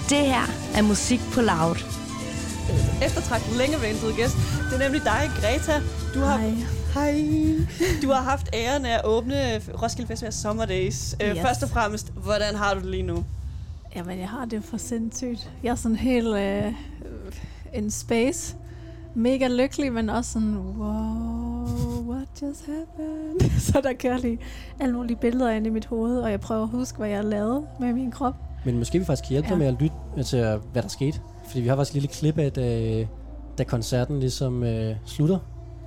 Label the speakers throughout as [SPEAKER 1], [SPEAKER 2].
[SPEAKER 1] Det her er Musik på Loud.
[SPEAKER 2] Eftertragtet længeventet gæst. Det er nemlig dig, Greta. Hej. Du har haft æren af at åbne Roskilde Festival Summer Days. Yes. Først og fremmest, hvordan har du det lige nu?
[SPEAKER 3] Jamen, jeg har det for sindssygt. Jeg er sådan helt in space. Mega lykkelig, men også sådan, wow, what just happened? Så der kører lige alle mulige billeder ind i mit hoved, og jeg prøver at huske, hvad jeg lavede med min krop.
[SPEAKER 4] Men måske vi faktisk kan hjælpe dig med at lytte til, hvad der skete. Fordi vi har faktisk et lille klip af, da koncerten ligesom slutter.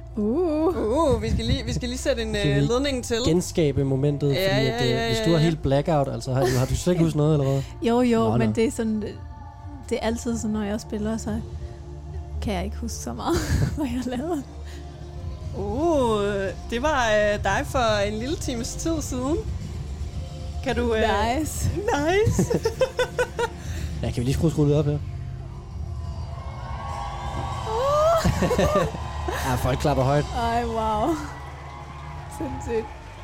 [SPEAKER 2] Vi skal lige sætte en ledning til.
[SPEAKER 4] Genskabe momentet, fordi hvis du er helt blackout, altså har du slet ikke husket noget, eller hvad?
[SPEAKER 3] Jo, men det er sådan, det er altid sådan, når jeg spiller, så kan jeg ikke huske så meget, hvad jeg lavede.
[SPEAKER 2] Det var dig for en lille times tid siden. Kan du...
[SPEAKER 3] Nice.
[SPEAKER 4] Ja, kan vi lige skrue lidt op her? Ja, folk klapper højt.
[SPEAKER 3] Ej, wow. Sindssygt.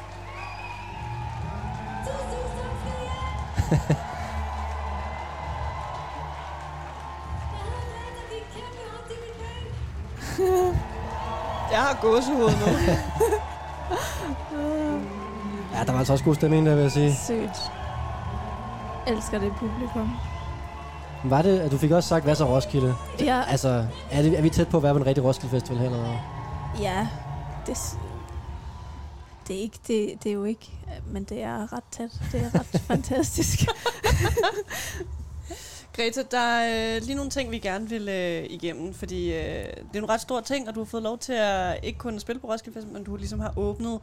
[SPEAKER 2] Jeg har gåsehud nu.
[SPEAKER 4] Ja, der var altså også god stemning der, vil jeg sige.
[SPEAKER 3] Sygt. Elsker det publikum.
[SPEAKER 4] Var det, at du fik også sagt, hvad så Roskilde?
[SPEAKER 3] Ja.
[SPEAKER 4] Altså, er vi tæt på at være på en rigtig Roskilde Festival her, eller hvad?
[SPEAKER 3] Ja, det er ikke, det er jo ikke, men det er ret tæt. Det er ret fantastisk.
[SPEAKER 2] Greta, der er lige nogle ting, vi gerne vil igennem, fordi det er en ret stor ting, og du har fået lov til at ikke kun spille på Roskilde Festival, men du ligesom har åbnet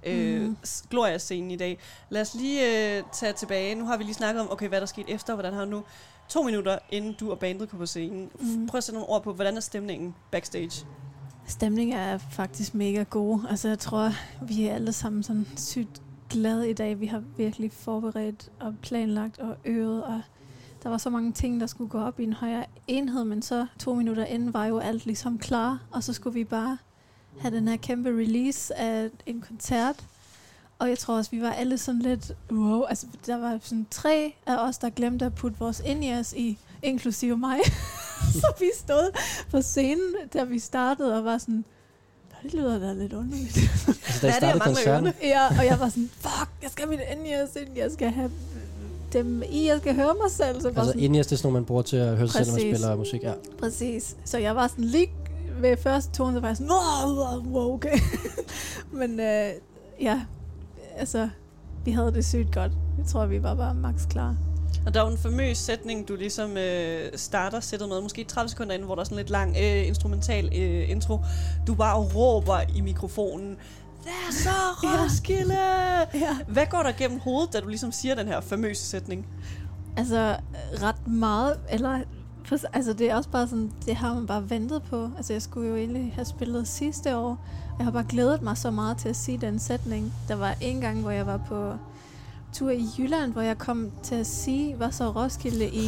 [SPEAKER 2] Gloria-scenen i dag. Lad os lige tage tilbage. Nu har vi lige snakket om, okay, hvad der skete efter, hvordan har du nu 2 minutter, inden du og bandet kom på scenen. Prøv at sætte nogle ord på, hvordan er stemningen backstage?
[SPEAKER 3] Stemningen er faktisk mega god. Altså, jeg tror, vi er alle sammen sådan sygt glade i dag. Vi har virkelig forberedt og planlagt og øvet, og der var så mange ting, der skulle gå op i en højere enhed, men så 2 minutter inden var jo alt ligesom klar, og så skulle vi bare have den her kæmpe release af en koncert. Og jeg tror også, vi var alle sådan lidt, wow, altså der var sådan 3 af os, der glemte at putte vores in-ears i, inklusive mig. Så vi stod på scenen, da vi startede, og var sådan, det lyder da lidt underligt.
[SPEAKER 4] Altså, da I startede koncerten?
[SPEAKER 3] Ja, og jeg var sådan, fuck, jeg skal have mit in-ears ind, jeg skal have dem i, jeg skal høre mig selv. Så
[SPEAKER 4] altså in-ears, det er sådan noget, man bruger til at høre sig selv, når man spiller musik, ja.
[SPEAKER 3] Præcis. Så jeg var sådan lige ved første tone, så var jeg sådan, wow, okay. Men ja, altså, vi havde det sygt godt. Jeg tror, vi var bare max klar.
[SPEAKER 2] Og der er jo en famøs sætning, du ligesom starter sættet med, måske 30 sekunder inden, hvor der er sådan lidt lang instrumental intro. Du bare råber i mikrofonen, det er så Roskilde! Ja. Hvad går der gennem hovedet, da du ligesom siger den her famøse sætning?
[SPEAKER 3] Altså, ret meget, eller... Altså, det er også bare sådan, det har man bare ventet på. Altså, jeg skulle jo egentlig have spillet sidste år. Jeg har bare glædet mig så meget til at sige den sætning. Der var en gang, hvor jeg var på tur i Jylland, hvor jeg kom til at sige, hvad så Roskilde i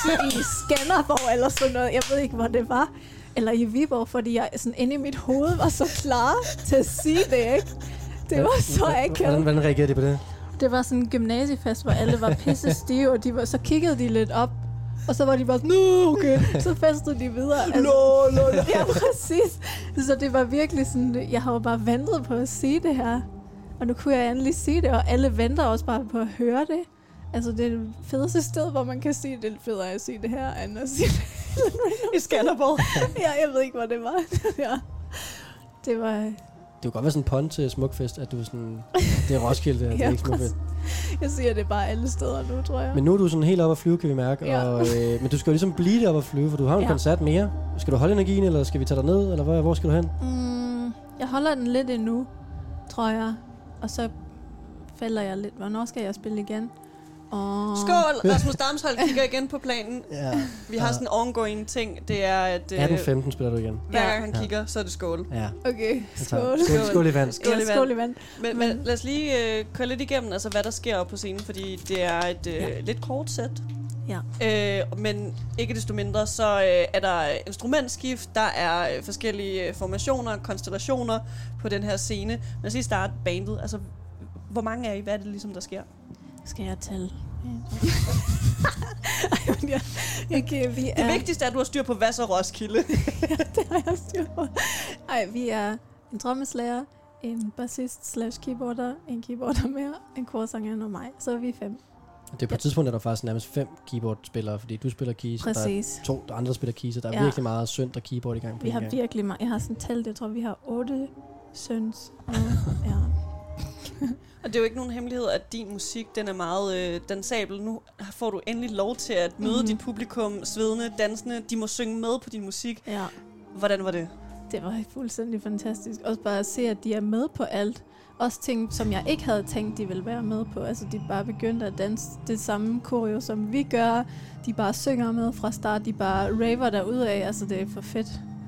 [SPEAKER 3] Skanderborg eller sådan noget. Jeg ved ikke, hvor det var. Eller i Viborg, fordi jeg sådan inde i mit hoved var så klar til at sige det, ikke? Det var så akavet.
[SPEAKER 4] Hvordan reagerede de på det?
[SPEAKER 3] Det var sådan en gymnasiefest, hvor alle var pisse stive, og så kiggede de lidt op, og så var de bare sådan, okay. Så festede de videre. Altså, ja, præcis. Så det var virkelig sådan, jeg har jo bare ventet på at sige det her. Og nu kunne jeg endelig sige det, og alle venter også bare på at høre det. Altså, det er det fedeste sted, hvor man kan sige, det er lidt federe at sige det her, end at sige det
[SPEAKER 2] i Skanderborg.
[SPEAKER 3] Ja, jeg ved ikke, hvor det var. Ja. Det var...
[SPEAKER 4] Det kunne godt være sådan en pond til Smukfest, at du sådan, det er Roskilde, det er ikke Smukfest.
[SPEAKER 3] Jeg siger det bare alle steder nu, tror jeg.
[SPEAKER 4] Men nu er du sådan helt oppe at flyve, kan vi mærke. Ja. Og, men du skal jo ligesom blive deroppe at flyve, for du har en koncert mere. Skal du holde energien, eller skal vi tage dig ned, eller hvor skal du hen?
[SPEAKER 3] Jeg holder den lidt endnu, tror jeg. Og så falder jeg lidt. Hvornår skal jeg spille igen?
[SPEAKER 2] Skål! Rasmus Damsholdt kigger igen på planen. Ja. Vi har sådan en ongoing ting. Det er at
[SPEAKER 4] 18.15 spiller du igen.
[SPEAKER 2] Hver gang han kigger, så er det skål.
[SPEAKER 4] Ja.
[SPEAKER 3] Okay,
[SPEAKER 4] skål i vand.
[SPEAKER 3] Skål i vand.
[SPEAKER 2] Men lad os lige køre lidt igennem, altså hvad der sker op på scenen, fordi det er et lidt kort sæt.
[SPEAKER 3] Ja.
[SPEAKER 2] Men ikke desto mindre, så er der instrumentskift, der er forskellige formationer, konstellationer på den her scene. Lad os lige starte bandet. Altså, hvor mange er I? Hvad er det ligesom, der sker?
[SPEAKER 3] Skal jeg tælle?
[SPEAKER 2] Det vigtigste er, at du har styr på Vas og Roskilde.
[SPEAKER 3] Ja, det har jeg styr på. Ej, vi er en trommeslager, en bassist / keyboarder, en keyboarder mere, en korsanger og mig. Så er vi 5.
[SPEAKER 4] Det er på et tidspunkt, er der faktisk nærmest 5 keyboard-spillere, fordi du spiller keys, og der er 2 andre, der spiller keys, og der er virkelig meget synt og keyboard i gang på
[SPEAKER 3] vi har virkelig meget. Jeg har sådan talt, jeg tror, vi har 8 syns. Ja.
[SPEAKER 2] Og det er jo ikke nogen hemmelighed, at din musik, den er meget dansabel. Nu får du endelig lov til at møde dit publikum, svedende, dansende. De må synge med på din musik.
[SPEAKER 3] Ja.
[SPEAKER 2] Hvordan var det?
[SPEAKER 3] Det var fuldstændig fantastisk. Også bare at se, at de er med på alt. Også ting, som jeg ikke havde tænkt, de ville være med på. Altså, de bare begyndte at danse det samme choreo, som vi gør. De bare synger med fra start. De bare raver derudad. Altså, det er for fedt.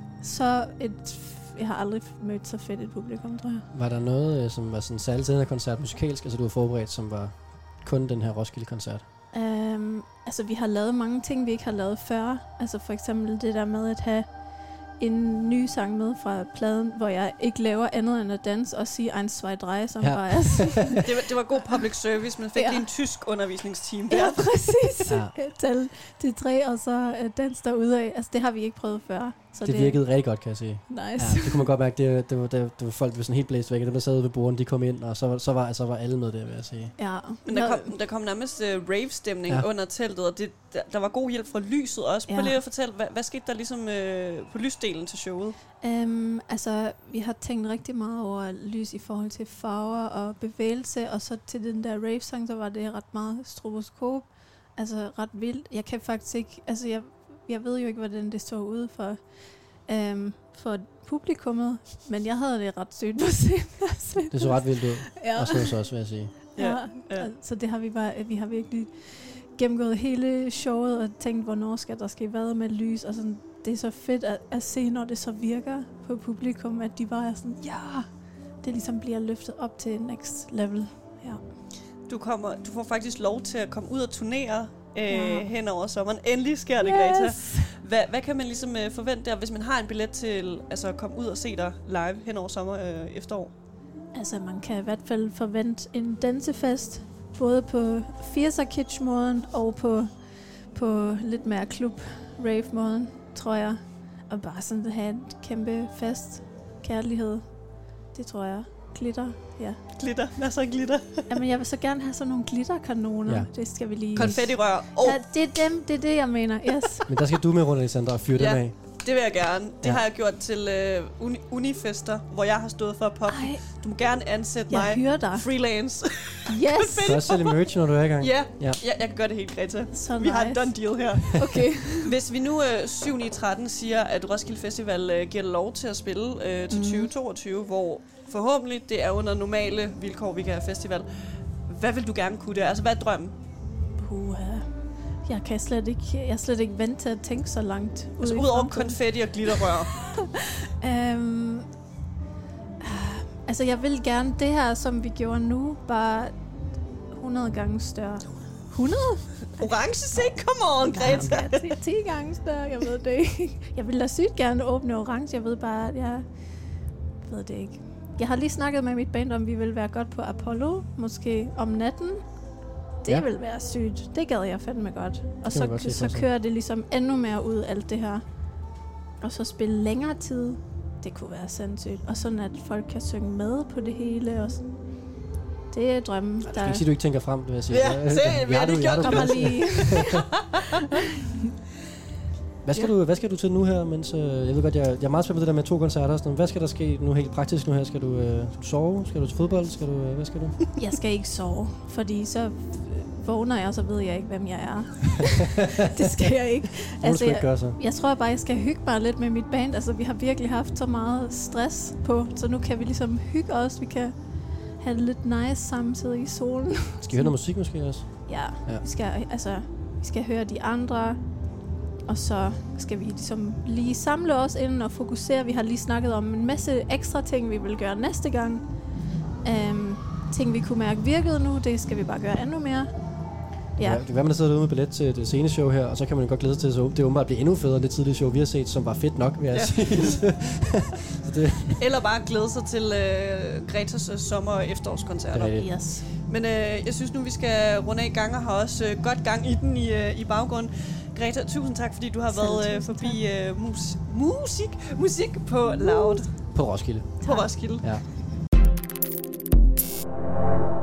[SPEAKER 3] Jeg har aldrig mødt så fedt et publikum, tror jeg. Var
[SPEAKER 4] der noget, som var sådan særligt til den her koncert musikalsk, altså du har forberedt, som var kun den her Roskilde-koncert?
[SPEAKER 3] Altså, vi har lavet mange ting, vi ikke har lavet før. Altså, for eksempel det der med at have en ny sang med fra pladen, hvor jeg ikke laver andet end at danse og sige 1, 2, 3, som bare er
[SPEAKER 2] det var god public service, men fik lige en tysk undervisningsteam der.
[SPEAKER 3] Ja, præcis. Ja. Tal til 3, og så dans derudad. Altså, det har vi ikke prøvet før. Så
[SPEAKER 4] det virkede rigtig godt, kan jeg sige.
[SPEAKER 3] Nice.
[SPEAKER 4] Ja, det kunne man godt mærke. Det var folk, der var sådan helt blæst væk, og dem, der sad ude ved borden, de kom ind, og så var alle med der, vil jeg sige.
[SPEAKER 3] Ja.
[SPEAKER 2] Men der kom nærmest rave-stemning under teltet, og der var god hjælp fra lyset også. Prøv lige at fortælle, hvad skete der ligesom på lysdelen til showet?
[SPEAKER 3] Altså, vi har tænkt rigtig meget over lys i forhold til farver og bevægelse, og så til den der rave-sang, så var det ret meget stroboskop. Altså, ret vildt. Jeg kan faktisk ikke... Altså, jeg ved jo ikke, hvordan det så ud for publikummet, men jeg havde det ret sygt på scenen. Det
[SPEAKER 4] så ret vildt ud. Ja. Og så også, vil jeg sige.
[SPEAKER 3] Ja. Så det har vi har virkelig gennemgået hele showet og tænkt, hvornår skal der ske hvad med lys, og sådan. Det er så fedt at se, når det så virker på publikum, at de bare er sådan, ja, det ligesom bliver løftet op til next level. Ja.
[SPEAKER 2] Du får faktisk lov til at komme ud og turnere hen over sommeren. Endelig sker det, Greta. Hvad kan man ligesom forvente der, hvis man har en billet til at komme ud og se dig live hen over sommer efterår?
[SPEAKER 3] Altså, man kan i hvert fald forvente en dansefest, både på 80'er kitsch-måden og på lidt mere klub-rave-måden, tror jeg. Og bare sådan at have en kæmpe fest. Kærlighed. Det tror jeg. Glitter, ja.
[SPEAKER 2] Glitter? Masser af glitter.
[SPEAKER 3] Jamen, jeg vil så gerne have sådan nogle glitterkanoner. Ja. Det skal vi lige...
[SPEAKER 2] Konfettirør.
[SPEAKER 3] Ja, det er dem. Det er det, jeg mener. Yes.
[SPEAKER 4] Men der skal du med rundt, Alexandra, og fyre dem af.
[SPEAKER 2] Det vil jeg gerne. Det har jeg gjort til unifester, hvor jeg har stået for at poppe. Du må gerne ansætte mig.
[SPEAKER 3] Jeg hyrer dig.
[SPEAKER 2] Freelance.
[SPEAKER 3] Yes.
[SPEAKER 4] Du kan også sælge merch, når du er i gang.
[SPEAKER 2] Ja, jeg kan gøre det helt, Greta.
[SPEAKER 3] Så
[SPEAKER 2] vi har en done deal her.
[SPEAKER 3] Okay.
[SPEAKER 2] Hvis vi nu 7.9.13 siger, at Roskilde Festival giver lov til at spille til 2022, hvor forhåbentlig det er under normale vilkår, vi kan have festival. Hvad vil du gerne kunne der? Altså, hvad er drømmen?
[SPEAKER 3] Jeg er slet ikke vant til at tænke så langt ud.
[SPEAKER 2] Altså, ud over konfetti og glitterrør.
[SPEAKER 3] Altså, jeg vil gerne det her, som vi gjorde nu, bare 100 gange større. 100?
[SPEAKER 2] Orange se, come on, Greta.
[SPEAKER 3] Ja, 10 gange større, jeg ved det ikke. Jeg vil da sygt gerne åbne Orange, jeg ved bare, at jeg ved det ikke. Jeg har lige snakket med mit band om, vi vil være godt på Apollo, måske om natten. Det vil være sygt. Det gad jeg fandme godt. Og så kører det ligesom endnu mere ud, alt det her. Og så spille længere tid. Det kunne være sindssygt. Og sådan, at folk kan synge med på det hele. Og sådan. Det er drømmen.
[SPEAKER 4] Du skal ikke sige, du ikke tænker frem, det vil jeg sige.
[SPEAKER 2] Ja, se, vi har det gjort.
[SPEAKER 3] Lige.
[SPEAKER 4] Hvad skal du til nu her? Mens, jeg ved godt, jeg er meget spændt på det der med 2 koncerter. Sådan. Hvad skal der ske nu helt praktisk nu her? Skal du sove? Skal du til fodbold? Hvad skal du?
[SPEAKER 3] Jeg skal ikke sove, fordi så vågner jeg, og så ved jeg ikke, hvem jeg er. Det skal jeg ikke. Jeg tror bare, jeg skal hygge mig lidt med mit band. Altså, vi har virkelig haft så meget stress på, så nu kan vi ligesom hygge os. Vi kan have det lidt nice samtidig i solen.
[SPEAKER 4] Skal vi høre noget musik måske også?
[SPEAKER 3] Ja. Vi skal høre de andre, og så skal vi ligesom lige samle os ind og fokusere. Vi har lige snakket om en masse ekstra ting, vi vil gøre næste gang. Ting, vi kunne mærke virkede nu, det skal vi bare gøre endnu mere. Ja. Det
[SPEAKER 4] kan være, man sidder derude med billet til det seneste show her, og så kan man jo godt glæde sig til, at det åbenbart bliver endnu federe end det tidlige show, vi har set, som var fedt nok, vil jeg sige. Så det.
[SPEAKER 2] Eller bare glæde sig til Gretas sommer- og efterårskoncerter.
[SPEAKER 3] Yes.
[SPEAKER 2] Men jeg synes nu, vi skal runde af i gang, og har også godt gang i den i baggrunden. Greta, tusind tak, fordi du har været forbi musik på Loud.
[SPEAKER 4] På Roskilde.
[SPEAKER 2] På Roskilde.
[SPEAKER 4] Ja.